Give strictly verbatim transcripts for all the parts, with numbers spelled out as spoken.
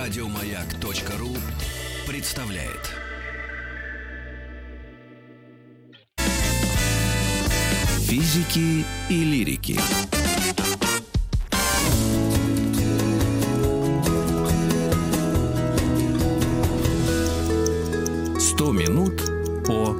Радиомаяк.ру представляет. Физики и лирики. Сто минут по...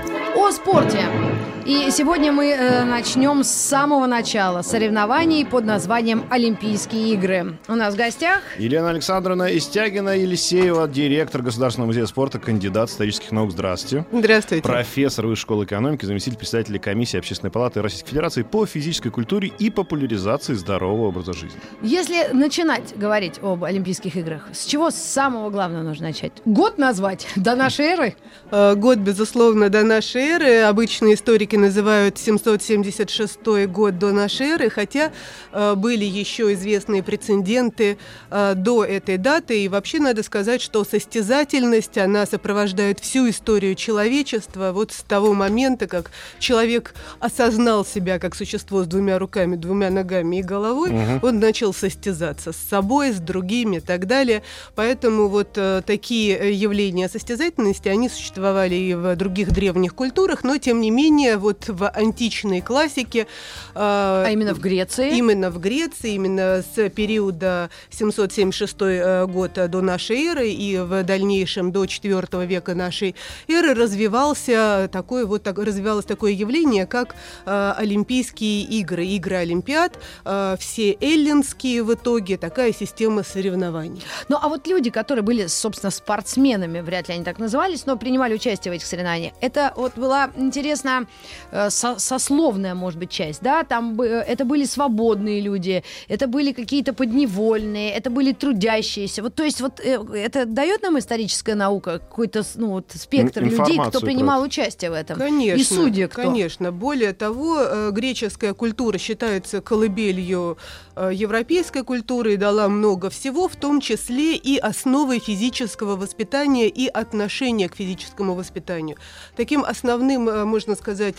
О спорте. И сегодня мы э, начнем с самого начала соревнований под названием Олимпийские игры. У нас в гостях Елена Александровна Истягина-Елисеева, директор Государственного музея спорта, кандидат исторических наук. Здравствуйте. Здравствуйте. Профессор Высшей школы экономики, заместитель председателя комиссии Общественной палаты Российской Федерации по физической культуре и популяризации здорового образа жизни. Если начинать говорить об Олимпийских играх, с чего самого главного нужно начать? Год назвать? До нашей эры? Год, безусловно, до нашей эры. Обычно историки называют семьсот семьдесят шестой год до нашей эры, хотя э, были еще известные прецеденты э, до этой даты. И вообще надо сказать, что состязательность, она сопровождает всю историю человечества. Вот с того момента, как человек осознал себя как существо с двумя руками, двумя ногами и головой, угу. он начал состязаться с собой, с другими и так далее. Поэтому вот э, такие явления состязательности, они существовали и в других древних культурах, но тем не менее вот в античной классике... Э, а именно в Греции? Именно в Греции, именно с периода семьсот семьдесят шестой э, год до нашей эры и в дальнейшем до четвёртого века нашей эры развивался такое, вот, так, развивалось такое явление, как э, Олимпийские игры, игры Олимпиад, э, все эллинские в итоге, такая система соревнований. Ну а вот люди, которые были, собственно, спортсменами, вряд ли они так назывались, но принимали участие в этих соревнованиях, это вот была интересная э, со- сословная, может быть, часть, да, там бы, это были свободные люди, это были какие-то подневольные, это были трудящиеся, вот, то есть вот э, это дает нам историческая наука какой-то, ну, вот, спектр людей, кто принимал просто. участие в этом, конечно, и судьи кто. Конечно, более того, э, греческая культура считается колыбелью э, европейской культуры и дала много всего, в том числе и основы физического воспитания и отношения к физическому воспитанию. Таким основным, можно сказать,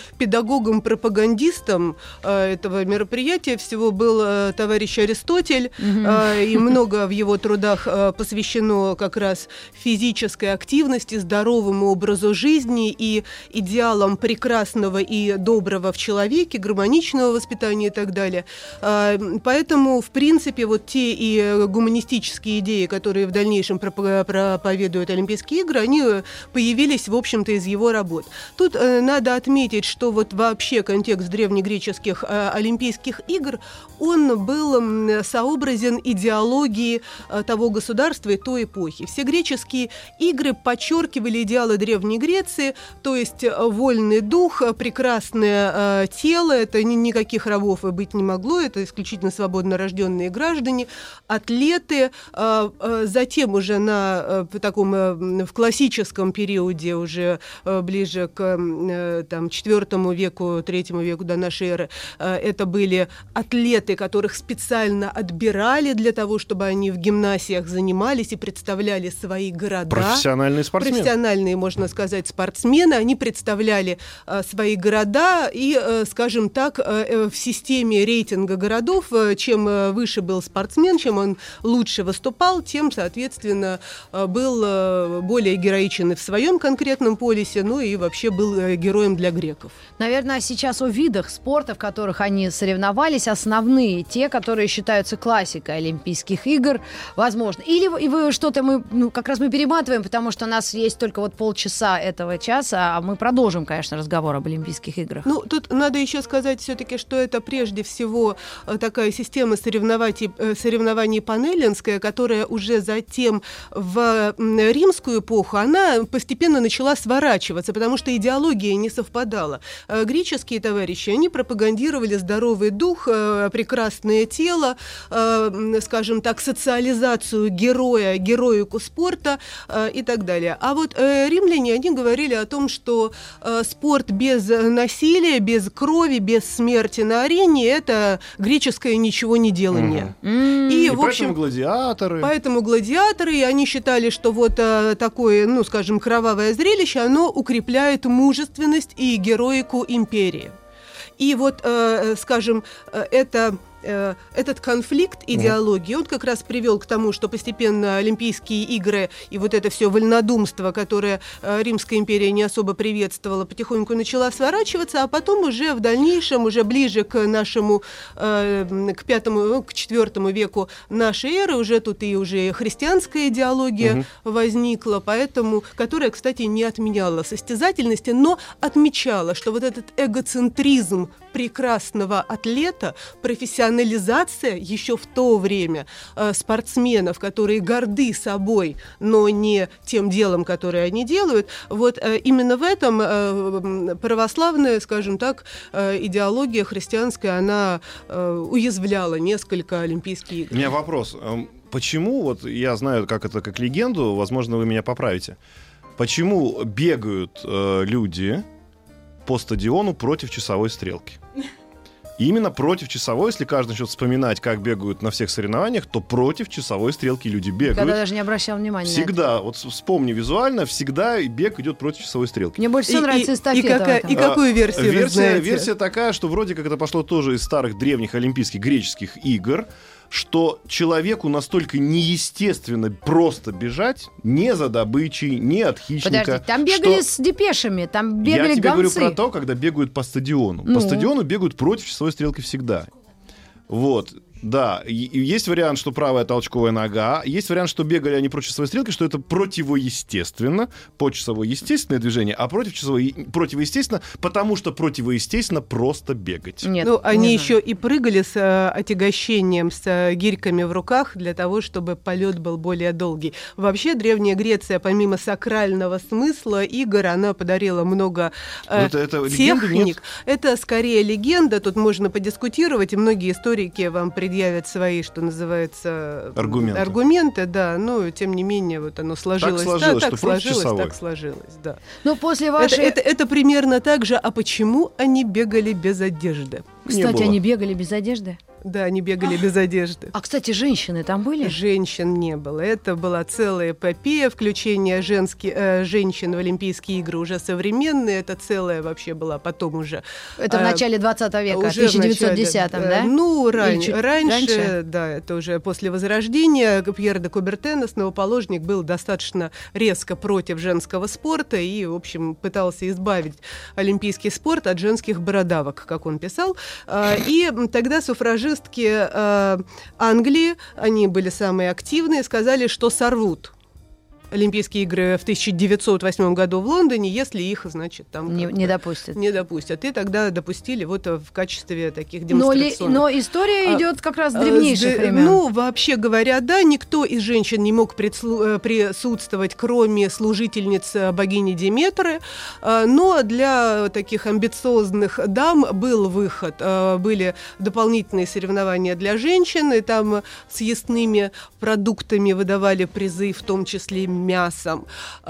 педагогом-пропагандистом этого мероприятия всего был товарищ Аристотель, mm-hmm. и много в его трудах посвящено как раз физической активности, здоровому образу жизни и идеалам прекрасного и доброго в человеке, гармоничного воспитания и так далее. Поэтому, в принципе, вот те и гуманистические идеи, которые в дальнейшем проповедуют Олимпийские игры, они появились, в общем-то, из его работ. Тут э, надо отметить, что вот вообще контекст древнегреческих э, Олимпийских игр, он был э, сообразен идеологии э, того государства и той эпохи. Все греческие игры подчеркивали идеалы Древней Греции, то есть э, вольный дух, э, прекрасное э, тело, это ни, никаких рабов и быть не могло, это исключительно свободно рожденные граждане, атлеты, э, э, затем уже на э, в таком э, в классическом периоде уже э, ближе к э, там, четвёртому веку, третьему веку до нашей эры, э, это были атлеты, которых специально отбирали для того, чтобы они в гимнасиях занимались и представляли свои города. Профессиональные спортсмены. Профессиональные, можно сказать, спортсмены. Они представляли э, свои города и, э, скажем так, э, в системе рейтинга городов, э, чем э, выше был спортсмен, чем он лучше выступал, тем, соответственно, э, был э, более героичен и в своем конкретном полисе, ну и вообще был э, героем для греков. Наверное, сейчас о видах спорта, в которых они соревновались, основные, те, которые считаются классикой Олимпийских игр, возможно. Или и вы что-то мы, ну, как раз мы перематываем, потому что у нас есть только вот полчаса этого часа, а мы продолжим, конечно, разговор об Олимпийских играх. Ну, тут надо еще сказать все-таки, что это прежде всего такая система соревнований, соревнований панеллинская, которая уже затем в римскую эпоху, она постепенно начала сворачиваться, потому что идеология не совпадала. Греческие товарищи, они пропагандировали здоровый дух, прекрасное тело, скажем так, социализацию героя, героику спорта и так далее. А вот римляне, они говорили о том, что спорт без насилия, без крови, без смерти на арене – это греческое ничего не делание. Mm-hmm. И, и в общем, поэтому гладиаторы. Поэтому гладиаторы, и они считали, что вот а, такое, ну, скажем, кровавое зрелище, оно укрепляет мужественность и героику империи. И вот, э, скажем, это э, этот конфликт идеологии, он как раз привел к тому, что постепенно Олимпийские игры и вот это все вольнодумство, которое э, Римская империя не особо приветствовала, потихоньку начала сворачиваться, а потом уже в дальнейшем, уже ближе к нашему, э, к пятому, к четвертому веку нашей эры, уже тут и уже христианская идеология угу. возникла, поэтому, которая, кстати, не отменяла состязательности, но отмечала, что вот этот эгоцентризм прекрасного атлета, профессионализация еще в то время э, спортсменов, которые горды собой, но не тем делом, которое они делают, вот э, именно в этом э, православная, скажем так, э, идеология христианская, она э, уязвляла несколько Олимпийских игр. У меня вопрос. Почему, вот я знаю, как это как легенду, возможно, вы меня поправите, почему бегают э, люди по стадиону против часовой стрелки? И именно против часовой, если каждый начнет вспоминать, как бегают на всех соревнованиях, то против часовой стрелки люди бегают. Когда даже не обращал внимания всегда, на это. Вот вспомни визуально, всегда бег идет против часовой стрелки. Мне больше всего и, нравится и, эстафета. И, какая, и какую версию а, вы версия, знаете? версия такая, что вроде как это пошло тоже из старых древних олимпийских греческих игр, что человеку настолько неестественно просто бежать не за добычей, не от хищника. Подожди, там бегали что... с депешами, там бегали Я тебе гонцы. говорю про то, когда бегают по стадиону. Ну. По стадиону бегают против часовой стрелки всегда. Вот. Да, и есть вариант, что правая толчковая нога, есть вариант, что бегали они против часовой стрелки, что это противоестественно, по часовой естественное движение, а против часовой противоестественно, потому что противоестественно просто бегать. Нет, ну, они не еще и прыгали с э, отягощением, с э, гирьками в руках для того, чтобы полет был более долгий. Вообще, Древняя Греция, помимо сакрального смысла игр, она подарила много э, это, это техник. Это скорее легенда, тут можно подискутировать, и многие историки вам предъявят свои, что называется, аргументы. аргументы, да, но тем не менее вот оно сложилось. Так сложилось, да, что так против сложилось, часовой. так сложилось, да. Но после вашей... это, это, это примерно так же, а почему они бегали без одежды? Кстати, они бегали без одежды? Да, они бегали без одежды. А, кстати, женщины там были? Женщин не было. Это была целая эпопея, включение женских, э, женщин в Олимпийские игры уже современные. Это целая вообще была потом уже... Это в э, начале двадцатого века, в уже тысяча девятьсот десятом, начале, да? Ну, ран... чуть раньше, раньше, да, это уже после Возрождения. Пьер де Кубертен, основоположник, был достаточно резко против женского спорта и, в общем, пытался избавить олимпийский спорт от женских бородавок, как он писал. И тогда суфражистки Англии, они были самые активные, сказали, что сорвут Олимпийские игры в тысяча девятьсот восьмом году в Лондоне, если их, значит, там... Не, не допустят. Не допустят. И тогда допустили вот в качестве таких демонстрационных. Но, ли, но история а, идет как раз с древнейших а, времен. Ну, вообще говоря, да, никто из женщин не мог прису- присутствовать, кроме служительниц богини Деметры, но для таких амбициозных дам был выход. Были дополнительные соревнования для женщин, и там с ясными продуктами выдавали призы, в том числе мясом.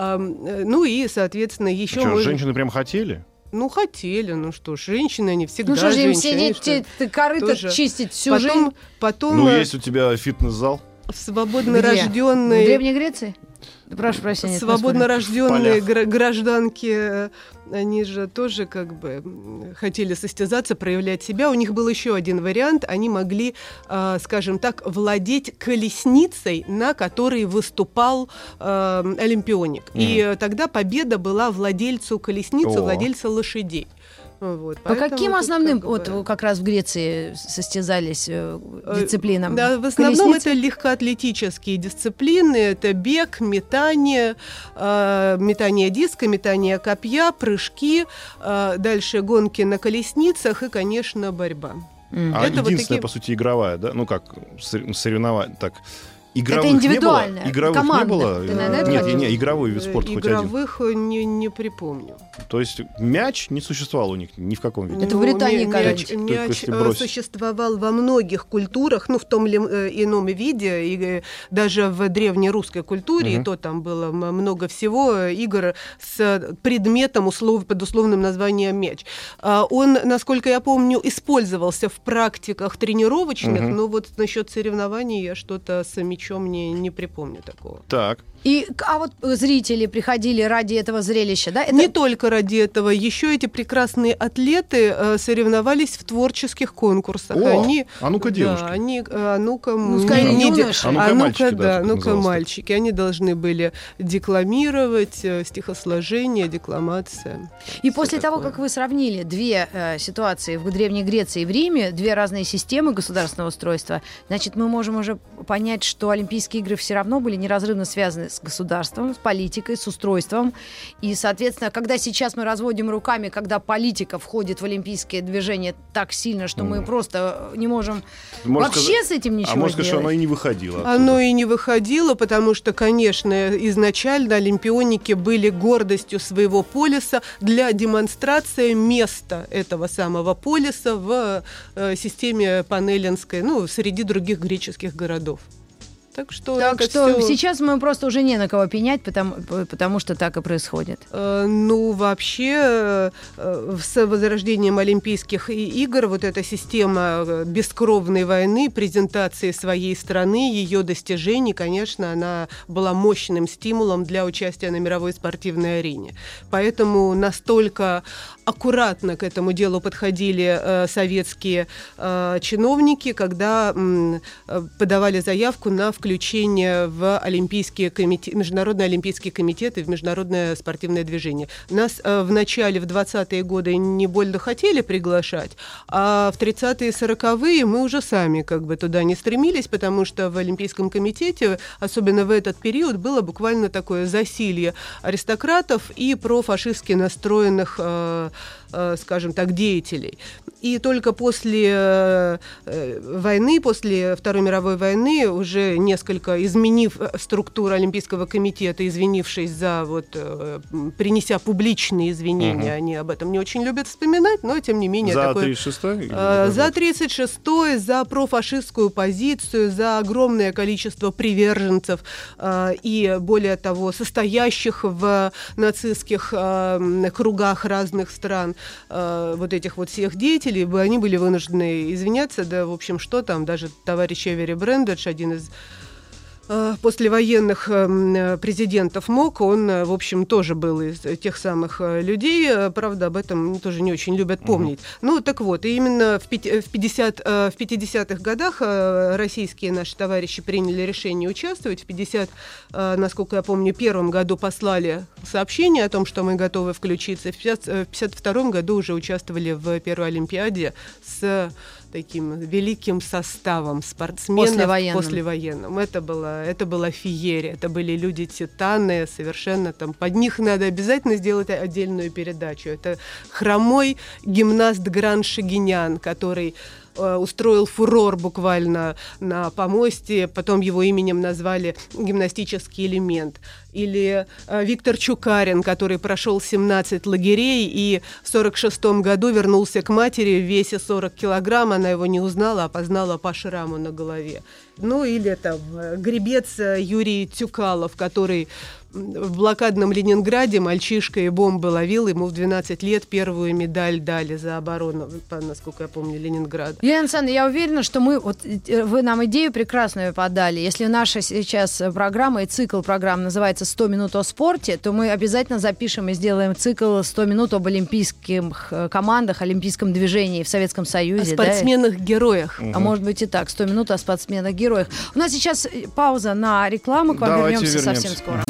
Ну и, соответственно, еще... Что, можно... женщины прям хотели? Ну, хотели, ну что ж, женщины, они всегда ну что же им женщины. сидеть, те, корыто тоже. чистить всю Потом, жизнь? потом Ну, есть у тебя фитнес-зал? свободно Где? рожденные... В Древней Греции? Прошу прощения. Свободно рожденные В гра- гражданки, они же тоже как бы хотели состязаться, проявлять себя. У них был еще один вариант. Они могли, э, скажем так, владеть колесницей, на которой выступал э, олимпионик. Mm. И тогда победа была владельцу колесницы, О. владельцу лошадей. Вот, По каким основным, как бы... вот как раз в Греции состязались э, дисциплинам? Да, в основном Колесницы? это легкоатлетические дисциплины, это бег, метание, э, метание диска, метание копья, прыжки, э, дальше гонки на колесницах и, конечно, борьба. Mm. А Это вот единственная, такие- по сути, игровая, да? Ну как, сор- соревнование, так... Игровых Это индивидуальное, не было? Игровых командных. не было? Ты, наверное, Нет, это не, игровой вид спорта хоть один. Игровых не, не припомню. То есть мяч не существовал у них ни в каком виде. Это в Британии, мя- короче. мяч, Только мяч если э, бросить. существовал во многих культурах, ну, в том ли э, ином виде, и э, даже в древнерусской культуре, Мгм. и то там было м- много всего э, игр с предметом, услов, под условным названием мяч. А, он, насколько я помню, использовался в практиках тренировочных, Мгм. но вот насчет соревнований я что-то с мячом не, не припомню такого. Так. И, а вот зрители приходили ради этого зрелища, да? Это... Не только ради этого. Еще эти прекрасные атлеты э, соревновались в творческих конкурсах. О, они, а ну-ка, девушки. Да, они, а ну-ка, ну, скорее, не, юноши. А ну-ка, а мальчики, ну-ка, да, да, так ну-ка, называлось. мальчики. Они должны были декламировать, э, стихосложение, декламация. И Всё после того, такое. как вы сравнили две э, ситуации в Древней Греции и в Риме, две разные системы государственного устройства, значит, мы можем уже понять, что Олимпийские игры все равно были неразрывно связаны с государством, с политикой, с устройством. И, соответственно, когда сейчас мы разводим руками, когда политика входит в олимпийское движение так сильно, что мы просто не можем Можно вообще сказать- с этим ничего А можно сказать, что сделать. оно и не выходило оттуда. Оно и не выходило, потому что, конечно, изначально олимпионики были гордостью своего полиса для демонстрации места этого самого полиса в э, системе панеллинской, ну, среди других греческих городов. Так что, Так это что всё, сейчас мы просто уже не на кого пенять, потому, потому что так и происходит. э, ну, вообще, э, с возрождением Олимпийских и- игр вот эта система э, бескровной войны, презентации своей страны, ее достижений, конечно, она была мощным стимулом для участия на мировой спортивной арене. Поэтому настолько аккуратно к этому делу подходили э, советские э, чиновники, когда м, э, подавали заявку на включение в Олимпийские комитет, Международный олимпийский комитет и в Международное спортивное движение. Нас э, в начале, в двадцатые годы не больно хотели приглашать, а в тридцатые и сороковые мы уже сами как бы туда не стремились, потому что в Олимпийском комитете, особенно в этот период, было буквально такое засилье аристократов и профашистски настроенных, э, э, скажем так, деятелей. И только после э, войны, после Второй мировой войны, уже несколько изменив структуру Олимпийского комитета, извинившись за, вот, э, принеся публичные извинения, Угу. они об этом не очень любят вспоминать, но тем не менее... За такое, тридцать шестой? э, за тридцать шестой, за профашистскую позицию, за огромное количество приверженцев э, и, более того, состоящих в нацистских э, кругах разных стран, э, вот этих вот всех деятелей, они были вынуждены извиняться, да, в общем, что там, даже товарищ Эвери Брендедж, один из э, послевоенных э, президентов МОК, он, э, в общем, тоже был из тех самых э, людей, э, правда, об этом тоже не очень любят помнить. Uh-huh. Ну, так вот, и именно в, пяти, в, пятидесят, э, в пятидесятых годах э, российские наши товарищи приняли решение участвовать. В пятьдесят, э, насколько я помню, первом году послали сообщение о том, что мы готовы включиться. В пятьдесят втором году уже участвовали в первой Олимпиаде с таким великим составом спортсменов Послевоенным. послевоенным. Это была, это была феерия, это были люди-титаны, совершенно там, под них надо обязательно сделать отдельную передачу. Это хромой гимнаст Гран Шагинян, который э, устроил фурор буквально на помосте, потом его именем назвали гимнастический элемент. Или э, Виктор Чукарин, который прошел семнадцать лагерей и в сорок шестом году вернулся к матери в весе сорок килограмм. Она его не узнала, а познала по шраму на голове. Ну или там э, гребец Юрий Тюкалов, который в блокадном Ленинграде мальчишка и бомбы ловил. Ему в двенадцать лет первую медаль дали за оборону, насколько я помню, Ленинграда. Елена Александровна, я уверена, что мы, вот, вы нам идею прекрасную подали. Если наша сейчас программа и цикл программ называется «сто минут о спорте», то мы обязательно запишем и сделаем цикл «сто минут об олимпийских командах, олимпийском движении в Советском Союзе». О спортсменах-героях. Да? А может быть и так, сто минут о спортсменах-героях. У нас сейчас пауза на рекламу, к вам Давайте вернемся вернемся. совсем скоро.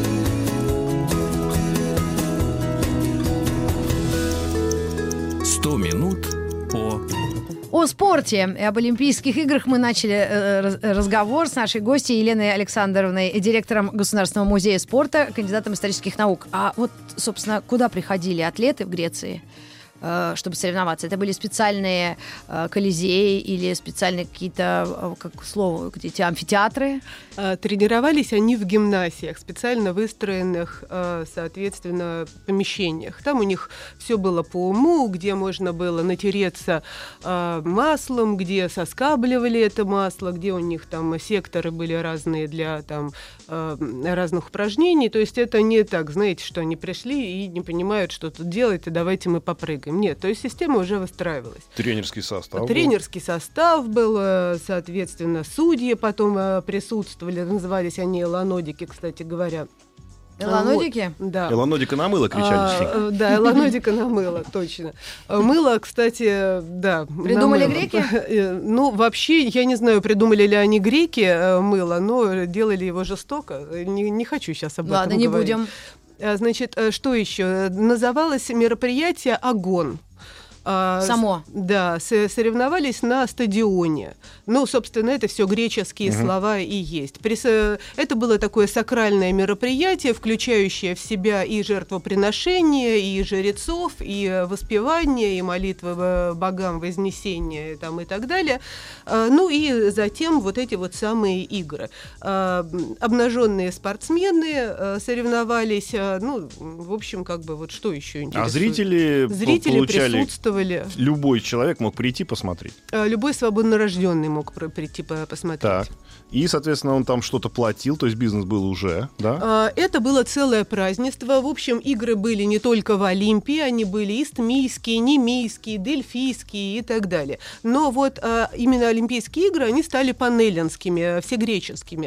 сто минут по... О спорте и об Олимпийских играх мы начали э, раз- разговор с нашей гостьей Еленой Александровной, директором Государственного музея спорта, кандидатом исторических наук. А вот, собственно, куда приходили атлеты в Греции, э, чтобы соревноваться? Это были специальные э, колизеи или специальные какие-то, э, как слово, эти амфитеатры? А, Тренировались они в гимнасиях, специально выстроенных, а, соответственно, помещениях. Там у них все было по уму, где можно было натереться а, маслом, где соскабливали это масло, где у них там секторы были разные для там, а, разных упражнений. То есть это не так, знаете, что они пришли и не понимают, что тут делать, и давайте мы попрыгаем. бегаем. Нет, то есть система уже выстраивалась. Тренерский состав. Тренерский был. состав был, соответственно, судьи потом присутствовали, назывались они эланодики, кстати говоря. Эланодики? Вот, да. Эланодика на мыло кричали. А, да, эланодика на мыло, точно. Мыло, кстати, да. Придумали греки? Ну, вообще, я не знаю, придумали ли они греки мыло, но делали его жестоко. Не, не хочу сейчас об Ладно, этом не говорить. будем. Значит, что еще? Называлось мероприятие «Огонь». Само. Да, соревновались на стадионе. Ну, собственно, это все греческие угу. слова и есть. Это было такое сакральное мероприятие, включающее в себя и жертвоприношение, и жрецов, и воспевание, и молитвы богам Вознесения там, и так далее. Ну и затем вот эти вот самые игры. Обнаженные спортсмены соревновались. Ну, в общем, как бы вот что еще интересно. А зрители, зрители получали... присутствовали. Любой человек мог прийти посмотреть. Любой свободно рожденный мог прийти посмотреть. Так. И, соответственно, он там что-то платил, то есть бизнес был уже, да? Это было целое празднество. В общем, игры были не только в Олимпии, они были истмийские, немийские, дельфийские и так далее. Но вот именно Олимпийские игры, они стали панеллинскими, всегреческими.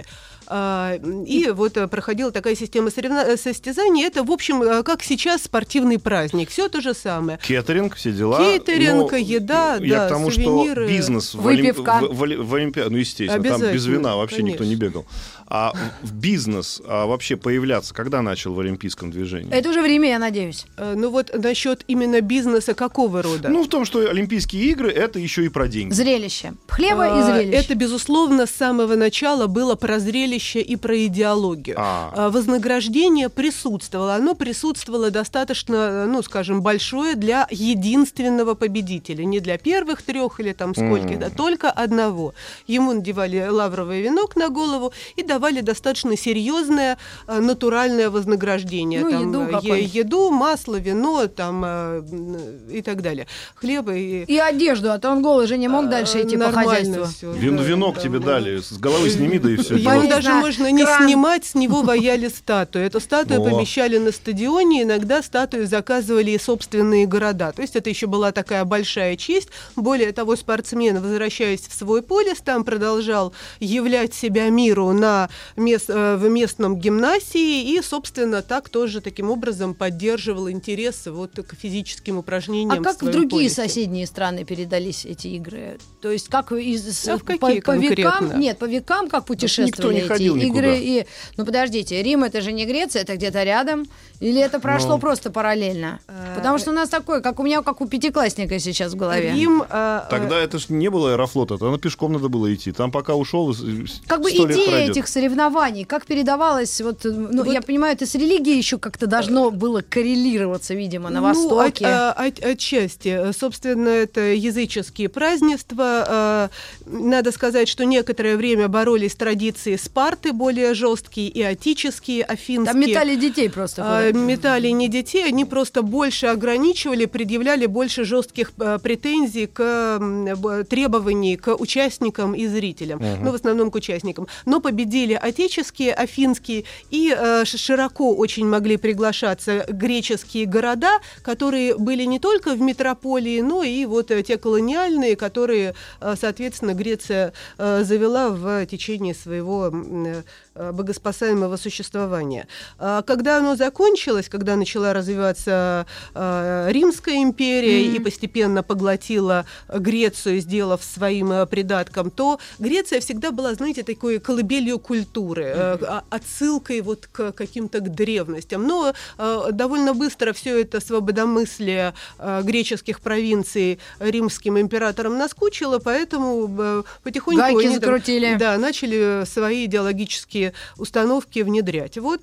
И вот проходила такая система соревнов... состязаний. Это, в общем, как сейчас спортивный праздник. Все то же самое. Кейтеринг, все дела. Кейтеринг, еда, я да, к тому, сувениры. Что бизнес в, Олимп... в, в, в Олимпиаде, ну, естественно, там без вина вообще конечно. Никто не бегал. А в бизнес а вообще появляться когда начал в олимпийском движении? Это уже в Риме, я надеюсь. А, ну вот насчет именно бизнеса какого рода? Ну, в том, что Олимпийские игры — это еще и про деньги. Зрелище. Хлеба а, и зрелище. Это, безусловно, с самого начала было про зрелище и про идеологию. А. А, вознаграждение присутствовало. Оно присутствовало достаточно, ну, скажем, большое для единственного победителя. Не для первых трех или там скольких, mm. а только одного. Ему надевали лавровый венок на голову и давали достаточно серьезное натуральное вознаграждение. Ну, там, еду, е- еду, масло, вино там, э, и так далее. Хлеба и... И одежду, а то он голый же не мог дальше идти по хозяйству. Всё, Вин, да, винок да, тебе да. дали, с головы сними, да и все. Его даже можно не кран. снимать, с него ваяли статую. Эту статую О. помещали на стадионе, иногда статую заказывали и собственные города. То есть это еще была такая большая честь. Более того, спортсмен, возвращаясь в свой полис, там продолжал являть себя миру на мест, в местном гимнасии и, собственно, так тоже таким образом поддерживал интерес вот к физическим упражнениям. А как в, в своем другие полисе. соседние страны передались эти игры? То есть как из А в по, какие по векам? конкретно? Нет, по векам как путешествовали никто не эти ходил игры? никуда. И, ну подождите, Рим это же не Греция, это где-то рядом? Или это прошло Ну. просто параллельно? Потому что у нас такое, как у меня, как у пятиклассника сейчас в голове. Рим, а, Тогда это же не было аэрофлота, тогда пешком надо было идти. Там пока ушел, Как бы сто лет идея пройдет. этих соревнований, как передавалась, вот, ну, Вот. я понимаю, это с религией еще как-то должно было коррелироваться, видимо, на Востоке. Ну, от, от, отчасти. Собственно, это языческие празднества. Надо сказать, что некоторое время боролись традиции Спарты, более жесткие, и атические, афинские. Там метали детей просто. А, куда-то. метали не детей, они просто больше ограничивали, предъявляли больше жестких а, претензий к м, требований к участникам и зрителям, Угу. ну, в основном к участникам. Но победили отеческие, афинские, и а, широко очень могли приглашаться греческие города, которые были не только в метрополии, но и вот а, те колониальные, которые, а, соответственно, Греция а, завела в течение своего м, богоспасаемого существования. Когда оно закончилось, когда начала развиваться э, Римская империя mm-hmm. и постепенно поглотила Грецию, сделав своим э, придатком, то Греция всегда была, знаете, такой колыбелью культуры, э, отсылкой вот к каким-то к древностям. Но э, довольно быстро все это свободомыслие э, греческих провинций римским императорам наскучило, поэтому э, потихоньку Гайки они там, закрутили. да, начали свои идеологические установки внедрять. Вот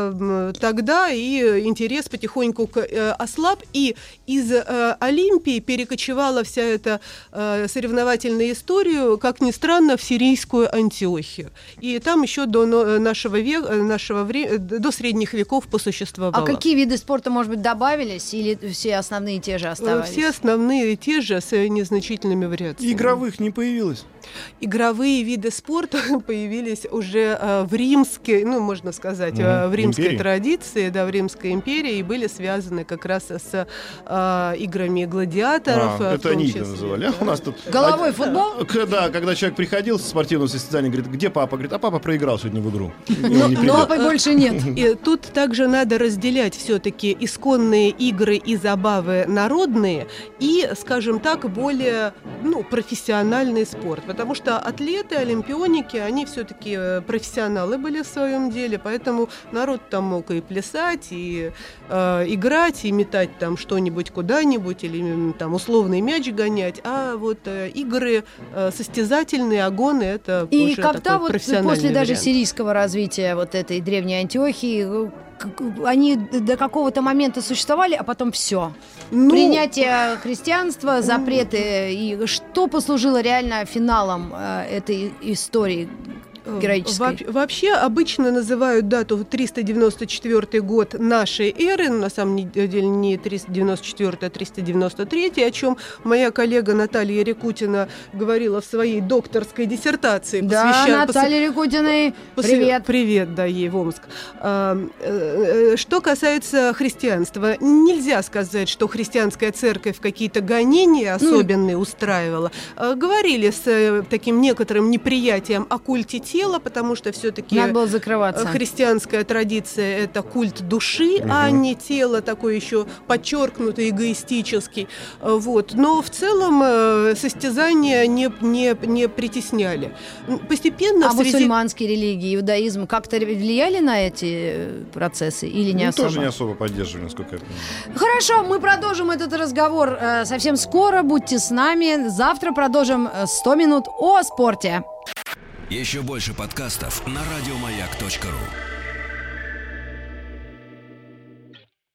э, тогда и интерес потихоньку к, э, ослаб, и из э, Олимпии перекочевала вся эта э, соревновательная история, как ни странно, в сирийскую Антиохию. И там еще до нашего века, нашего вре- до средних веков посуществовало. А какие виды спорта, может быть, добавились, или все основные те же оставались? Все основные те же, с незначительными вариациями. Игровых не появилось. Игровые виды спорта появились уже э, в римской, ну, можно сказать, Mm-hmm. э, в римской Империи. традиции, да, в Римской империи, и были связаны как раз с э, играми армии гладиаторов. А, в это том они числе, это называли. да. А у нас тут... Головой а, футбол? а, да, когда человек приходил с спортивного состязания, говорит, где папа? Говорит, а папа проиграл сегодня в игру. И он Но- не но- придет. Папы больше нет. И тут также надо разделять все-таки исконные игры и забавы народные и, скажем так, более ну, профессиональный спорт. Потому что атлеты, олимпионики, они все-таки профессионалы были в своем деле, поэтому народ там мог и плясать, и э, играть, и метать там что-нибудь куда-нибудь, или м, там условный мяч гонять. А вот э, игры э, состязательные, агоны, это И уже когда такой вот профессиональный после даже вариант. сирийского развития вот этой древней Антиохии, э, к- они до какого-то момента существовали, а потом все. Ну, Принятие христианства, запреты, и что послужило реально финалом э, этой истории героической? Во- вообще обычно называют дату триста девяносто четвёртый год нашей эры, на самом деле не триста девяносто четвёртый, а триста девяносто третий, о чем моя коллега Наталья Рекутина говорила в своей докторской диссертации. Да, посвяща- Наталья Рекутиной, посвя- привет. Привет, да, ей в Омск. А, э, э, Что касается христианства, нельзя сказать, что христианская церковь какие-то гонения особенные устраивала. А, Говорили с э, таким некоторым неприятием о культе тела, потому что все-таки Надо было закрываться. христианская традиция – это культ души, Мгм. а не тело, такой еще подчеркнутый, эгоистический. Э, Вот. Но в целом э, состязания не, не, не притесняли. М, Постепенно А в связи... мусульманские религии, иудаизм как-то влияли на эти э, процессы или не Ну, особо? тоже не особо поддерживали, насколько я понимаю. Хорошо, мы продолжим этот разговор э, совсем скоро. Будьте с нами. Завтра продолжим э, сто минут о спорте. Еще больше подкастов на радиомаяк точка ру.